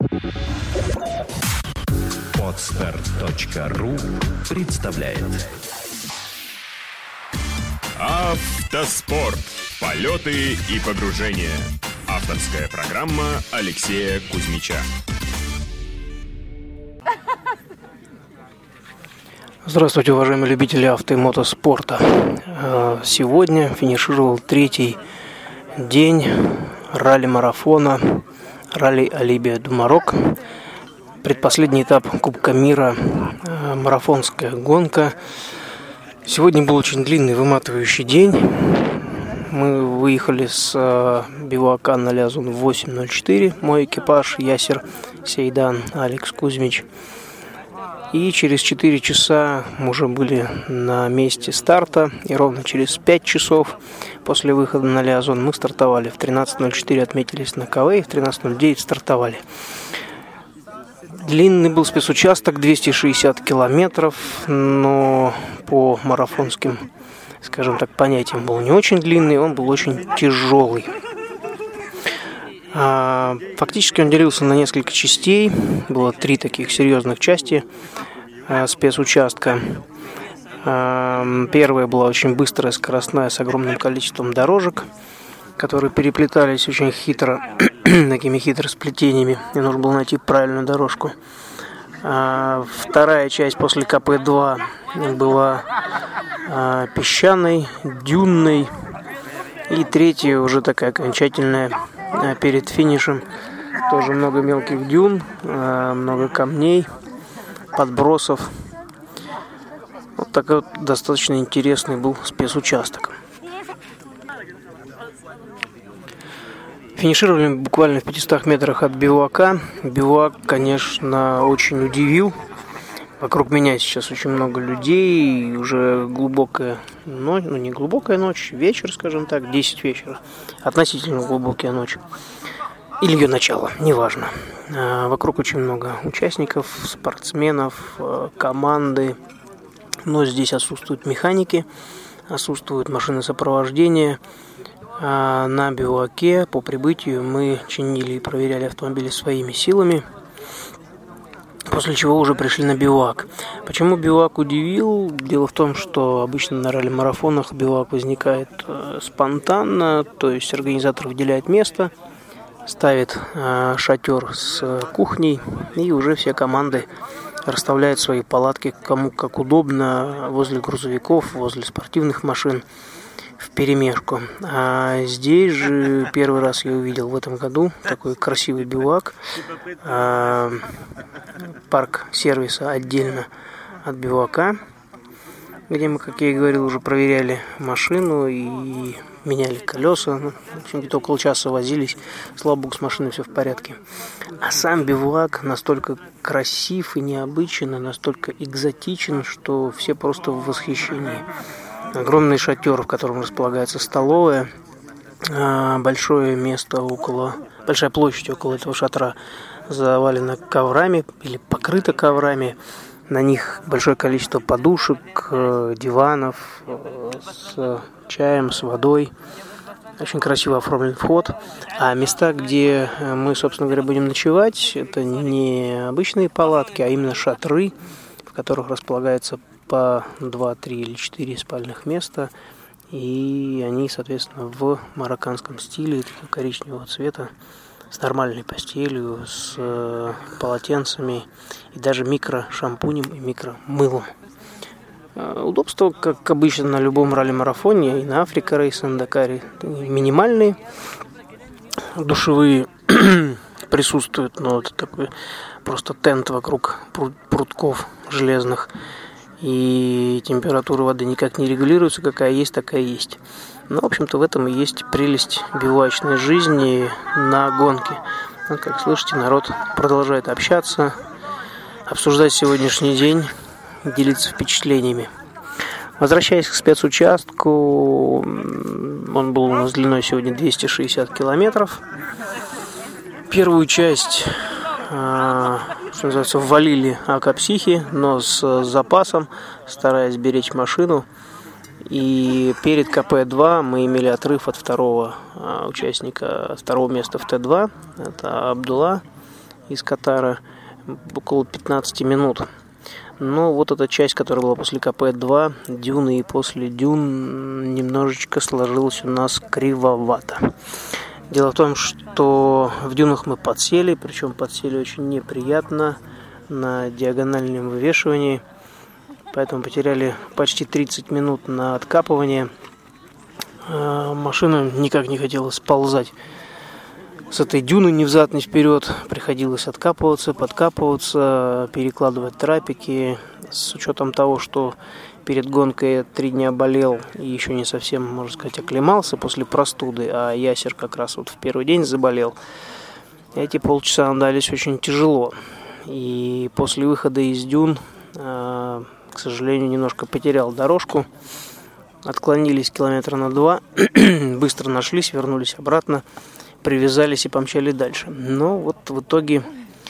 Podster.ru представляет Автоспорт. Полеты и погружения. Авторская программа Алексея Кузьмича. Здравствуйте, уважаемые любители авто и мотоспорта. Сегодня финишировал третий день ралли-марафона ралли Алибия-Думарок. Предпоследний этап Кубка мира, марафонская гонка. Сегодня был очень длинный, выматывающий день. Мы выехали с бивуака на Лязун в 8:04. Мой экипаж Ясер Сейдан, Алекс Кузьмич. И через 4 часа мы уже были на месте старта. И ровно через 5 часов после выхода на Лязун мы стартовали. В 13:04 отметились на КВ и в 13:09 стартовали. Длинный был спецучасток, 260 километров, но по марафонским, скажем так, понятиям был не очень длинный, он был очень тяжелый. Фактически он делился на несколько частей. Было 3 таких серьезных части спецучастка. Первая была очень быстрая, скоростная, с огромным количеством дорожек, которые переплетались очень хитро, такими хитросплетениями. Мне нужно было найти правильную дорожку. Вторая часть после КП-2 была песчаной, дюнной. И третья уже такая окончательная, перед финишем. Тоже много мелких дюн, много камней, подбросов. Вот такой вот достаточно интересный был спецучасток. Финишировали буквально в 500 метрах от бивуака. Бивуак, конечно, очень удивил. Вокруг меня сейчас очень много людей, и уже глубокая ночь, не глубокая ночь, вечер, скажем так, 10 вечера. Относительно глубокая ночь. Или ее начало, неважно. Вокруг очень много участников, спортсменов, команды. Но здесь отсутствуют механики, отсутствуют машины сопровождения. На бивуаке по прибытию мы чинили и проверяли автомобили своими силами, после чего уже пришли на бивуак. Почему бивуак удивил? Дело в том, что обычно на ралли-марафонах бивуак возникает спонтанно, то есть организатор выделяет место, ставит шатер с кухней, и уже все команды расставляют свои палатки кому как удобно, возле грузовиков, возле спортивных машин, вперемешку. А здесь же первый раз я увидел в этом году такой красивый бивуак. Парк сервиса отдельно от бивуака, где мы, как я и говорил, уже проверяли машину и меняли колеса. В общем, где-то около часа возились. Слава богу, с машиной все в порядке. А сам бивуак настолько красив и необычен, и настолько экзотичен, что все просто в восхищении. Огромный шатер, в котором располагается столовая, большое место большая площадь около этого шатра завалена коврами или покрыта коврами. На них большое количество подушек, диванов с чаем, с водой. Очень красиво оформлен вход. А места, где мы, собственно говоря, будем ночевать, это не обычные палатки, а именно шатры, в которых располагается по 2, 3 или 4 спальных места. И они, соответственно, в марокканском стиле, коричневого цвета, с нормальной постелью, с полотенцами и даже микрошампунем и микромылом. Удобства, как обычно на любом ралли-марафоне, и на Африка Рейс, и на Дакаре, минимальные. Душевые присутствуют, но это такой просто тент вокруг прутков железных. И температура воды никак не регулируется, какая есть, такая есть. Но, в общем-то, в этом и есть прелесть бивуачной жизни на гонке. Вот, как слышите, народ продолжает общаться, обсуждать сегодняшний день, делиться впечатлениями. Возвращаясь к спецучастку, он был у нас длиной сегодня 260 километров. Первую часть, что называется, ввалили акапсихи, но с запасом, стараясь беречь машину. И перед КП-2 мы имели отрыв от второго участника, от второго места в Т2. Это Абдулла из Катара около 15 минут. Но вот эта часть, которая была после КП-2, дюны, и после дюн немножечко сложилась у нас кривовато. Дело в том, что в дюнах мы подсели, причем подсели очень неприятно на диагональном вывешивании, поэтому потеряли почти 30 минут на откапывание. Машина никак не хотела сползать с этой дюны ни взад, ни вперед. Приходилось откапываться, подкапываться, перекладывать трапики. С учетом того, что перед гонкой я 3 дня болел и еще не совсем, можно сказать, оклемался после простуды, а Ясер как раз вот в первый день заболел. Эти полчаса дались очень тяжело. И после выхода из дюн, к сожалению, немножко потерял дорожку. Отклонились километра на 2, быстро нашлись, вернулись обратно, привязались и помчали дальше. Но вот в итоге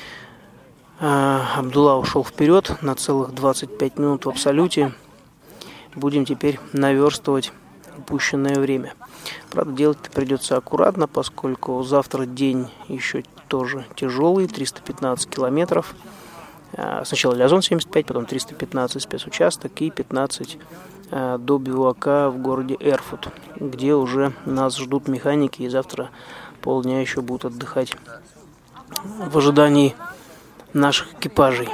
Абдулла ушел вперед на целых 25 минут в абсолюте. Будем теперь наверстывать упущенное время. Правда, делать придется аккуратно, поскольку завтра день еще тоже тяжелый, 315 километров. Сначала Лиазон 75, потом 315 спецучасток и 15 до бивуака в городе Эрфут, где уже нас ждут механики, и завтра полдня еще будут отдыхать в ожидании наших экипажей.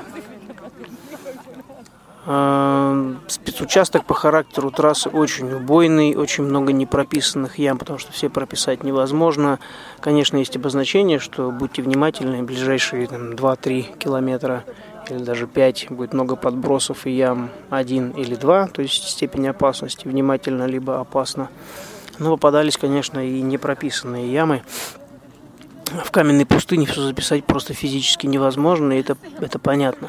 Спецучасток по характеру трассы очень убойный, очень много непрописанных ям, потому что все прописать невозможно. Конечно, есть обозначение, что будьте внимательны, ближайшие 2-3 километра или даже 5 будет много подбросов и ям 1 или 2, то есть степень опасности внимательно либо опасно. Но попадались, конечно, и непрописанные ямы. В каменной пустыне все записать просто физически невозможно, и это понятно.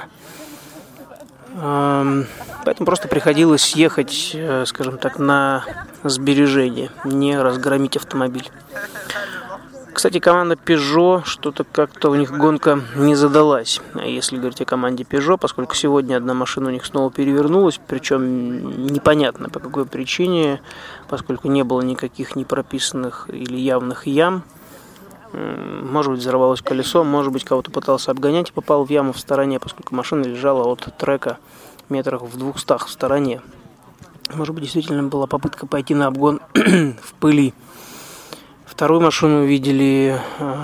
Поэтому просто приходилось ехать, скажем так, на сбережение, не разгромить автомобиль. Кстати, команда Peugeot, что-то как-то у них гонка не задалась. Если говорить о команде Peugeot, поскольку сегодня одна машина у них снова перевернулась, причем непонятно по какой причине, поскольку не было никаких непрописанных или явных ям. Может быть, взорвалось колесо, может быть, кого-то пытался обгонять и попал в яму в стороне, поскольку машина лежала от трека метрах в 200 в стороне. Может быть, действительно была попытка пойти на обгон в пыли. Вторую машину увидели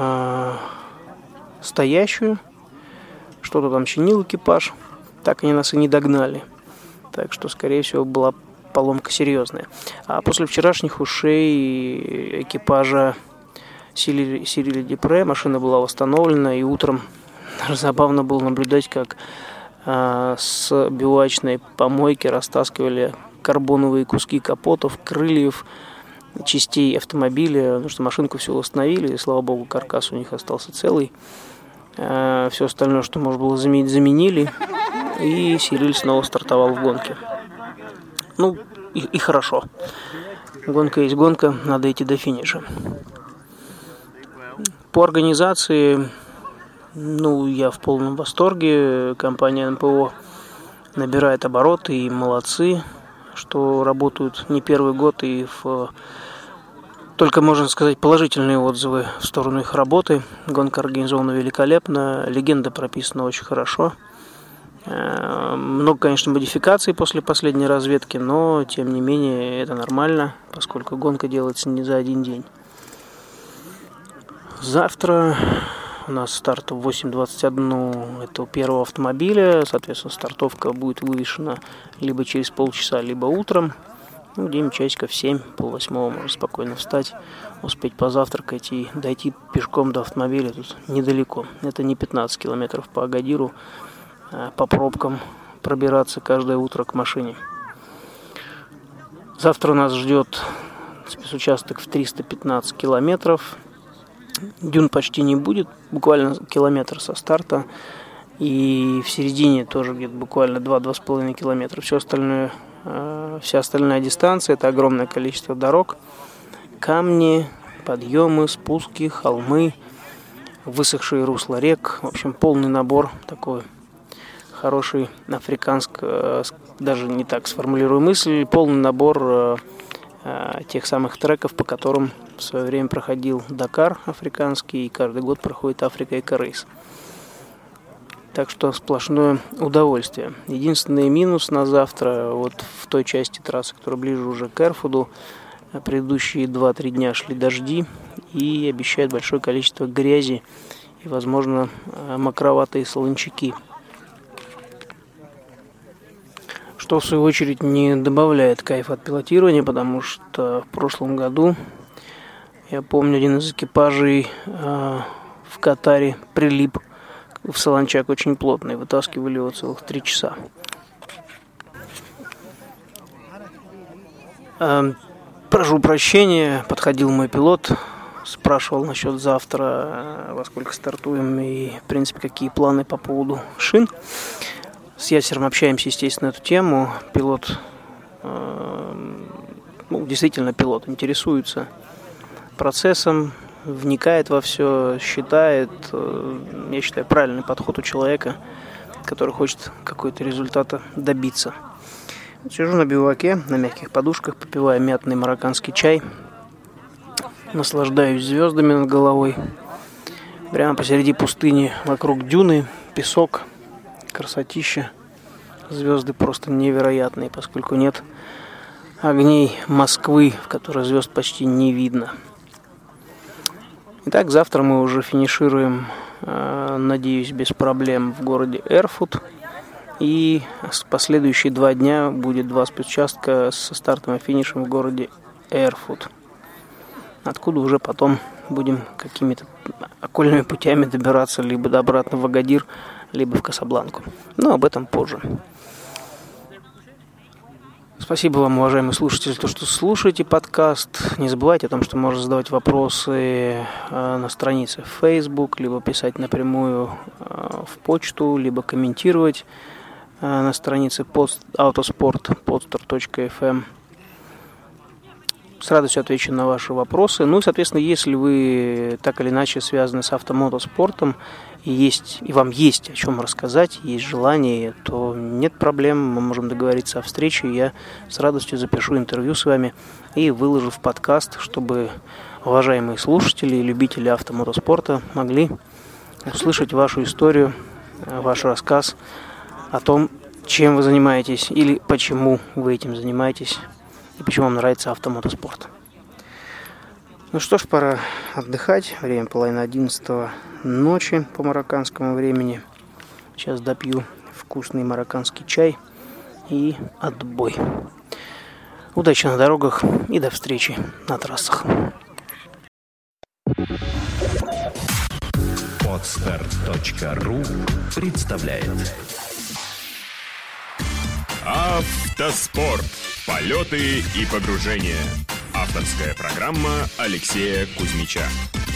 стоящую, что-то там чинил экипаж, так они нас и не догнали. Так что, скорее всего, была поломка серьезная. А после вчерашних ушей экипажа Сириля Депре машина была восстановлена, и утром забавно было наблюдать, как с бивуачной помойки растаскивали карбоновые куски капотов, крыльев, частей автомобиля, потому что машинку все восстановили, и, слава богу, каркас у них остался целый. Все остальное, что можно было заменить, заменили, и Сириль снова стартовал в гонке. Ну, и хорошо. Гонка есть гонка, надо идти до финиша. По организации, я в полном восторге. Компания НПО набирает обороты, и молодцы, что работают не первый год, и только, можно сказать, положительные отзывы в сторону их работы. Гонка организована великолепно, легенда прописана очень хорошо. Много, конечно, модификаций после последней разведки, но, тем не менее, это нормально, поскольку гонка делается не за один день. Завтра у нас старт в 8:21 этого первого автомобиля. Соответственно, стартовка будет вывешена либо через полчаса, либо утром. Где-нибудь часиков в 7, полвосьмого можно спокойно встать, успеть позавтракать и дойти пешком до автомобиля. Тут недалеко. Это не 15 километров по Агадиру, по пробкам пробираться каждое утро к машине. Завтра нас ждет спецучасток в 315 километров. Дюн почти не будет, буквально километр со старта. И в середине тоже где-то буквально 2-2,5 километра. Вся остальная дистанция – это огромное количество дорог, камни, подъемы, спуски, холмы, высохшие русла рек. В общем, полный набор такой хороший африканский, даже не так сформулирую мысль, полный набор тех самых треков, по которым в свое время проходил Дакар африканский, и каждый год проходит Африка Эко Рейс. Так что сплошное удовольствие. Единственный минус на завтра, вот в той части трассы, которая ближе уже к Эрфуду, предыдущие 2-3 дня шли дожди и обещают большое количество грязи и, возможно, мокроватые солончаки. Что, в свою очередь, не добавляет кайфа от пилотирования, потому что в прошлом году, я помню, один из экипажей в Катаре прилип в солончак очень плотный, вытаскивали его целых 3 часа. Прошу прощения, подходил мой пилот, спрашивал насчет завтра, во сколько стартуем и, в принципе, какие планы по поводу шин. С Ясером общаемся, естественно, на эту тему. Пилот, действительно пилот, интересуется процессом, вникает во все, считает. Я считаю, правильный подход у человека, который хочет какой-то результата добиться. Сижу на биваке, на мягких подушках, попиваю мятный марокканский чай, наслаждаюсь звездами над головой. Прямо посреди пустыни, вокруг дюны, песок, красотища. Звезды просто невероятные, поскольку нет огней Москвы, в которой звезд почти не видно. Итак, завтра мы уже финишируем, надеюсь, без проблем в городе Эрфуд. И последующие 2 дня будет 2 спецучастка со стартом и финишем в городе Эрфуд. Откуда уже потом будем какими-то окольными путями добираться либо обратно в Агадир, либо в Касабланку. Но об этом позже. Спасибо вам, уважаемые слушатели, за то, что слушаете подкаст. Не забывайте о том, что можно задавать вопросы на странице в Facebook, либо писать напрямую в почту, либо комментировать на странице Autosport, podstar.fm. С радостью отвечу на ваши вопросы. Ну и, соответственно, если вы так или иначе связаны с автомотоспортом и вам есть о чем рассказать, есть желание, то нет проблем, мы можем договориться о встрече. Я с радостью запишу интервью с вами и выложу в подкаст, чтобы уважаемые слушатели и любители автомотоспорта могли услышать вашу историю, ваш рассказ о том, чем вы занимаетесь или почему вы этим занимаетесь. И почему вам нравится автомотоспорт. Ну что ж, пора отдыхать. Время 10:30 ночи по марокканскому времени. Сейчас допью вкусный марокканский чай и отбой. Удачи на дорогах и до встречи на трассах. Podstar.ru представляет Автоспорт. Полеты и погружения. Авторская программа Алексея Кузьмича.